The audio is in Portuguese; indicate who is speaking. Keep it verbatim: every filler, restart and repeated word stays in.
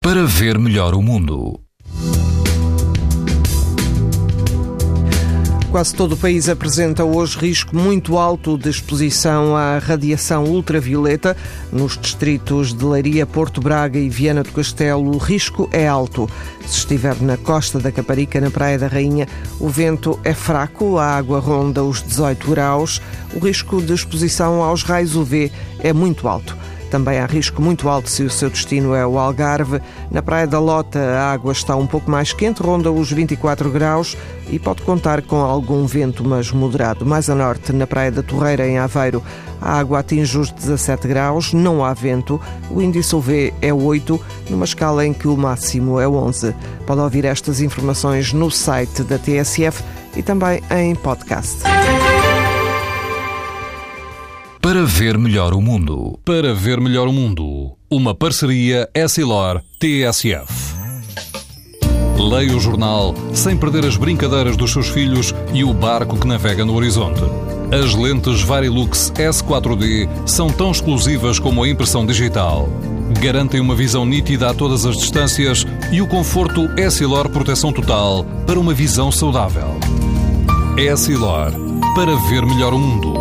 Speaker 1: para ver melhor o mundo.
Speaker 2: Quase todo o país apresenta hoje risco muito alto de exposição à radiação ultravioleta. Nos distritos de Leiria, Porto Braga e Viana do Castelo, o risco é alto. Se estiver na costa da Caparica, na Praia da Rainha, o vento é fraco, a água ronda os dezoito graus. O risco de exposição aos raios U V é muito alto. Também há risco muito alto se o seu destino é o Algarve. Na Praia da Lota a água está um pouco mais quente, ronda os vinte e quatro graus e pode contar com algum vento, mas moderado. Mais a norte, na Praia da Torreira, em Aveiro, a água atinge os dezassete graus, não há vento. O índice U V é oito, numa escala em que o máximo é onze. Pode ouvir estas informações no site da T S F e também em podcast.
Speaker 1: Para ver melhor o mundo.
Speaker 3: Para ver melhor o mundo. Uma parceria Essilor-T S F. Leia o jornal sem perder as brincadeiras dos seus filhos e o barco que navega no horizonte. As lentes Varilux S quatro D são tão exclusivas como a impressão digital. Garantem uma visão nítida a todas as distâncias e o conforto Essilor Proteção Total para uma visão saudável. Essilor, para ver melhor o mundo.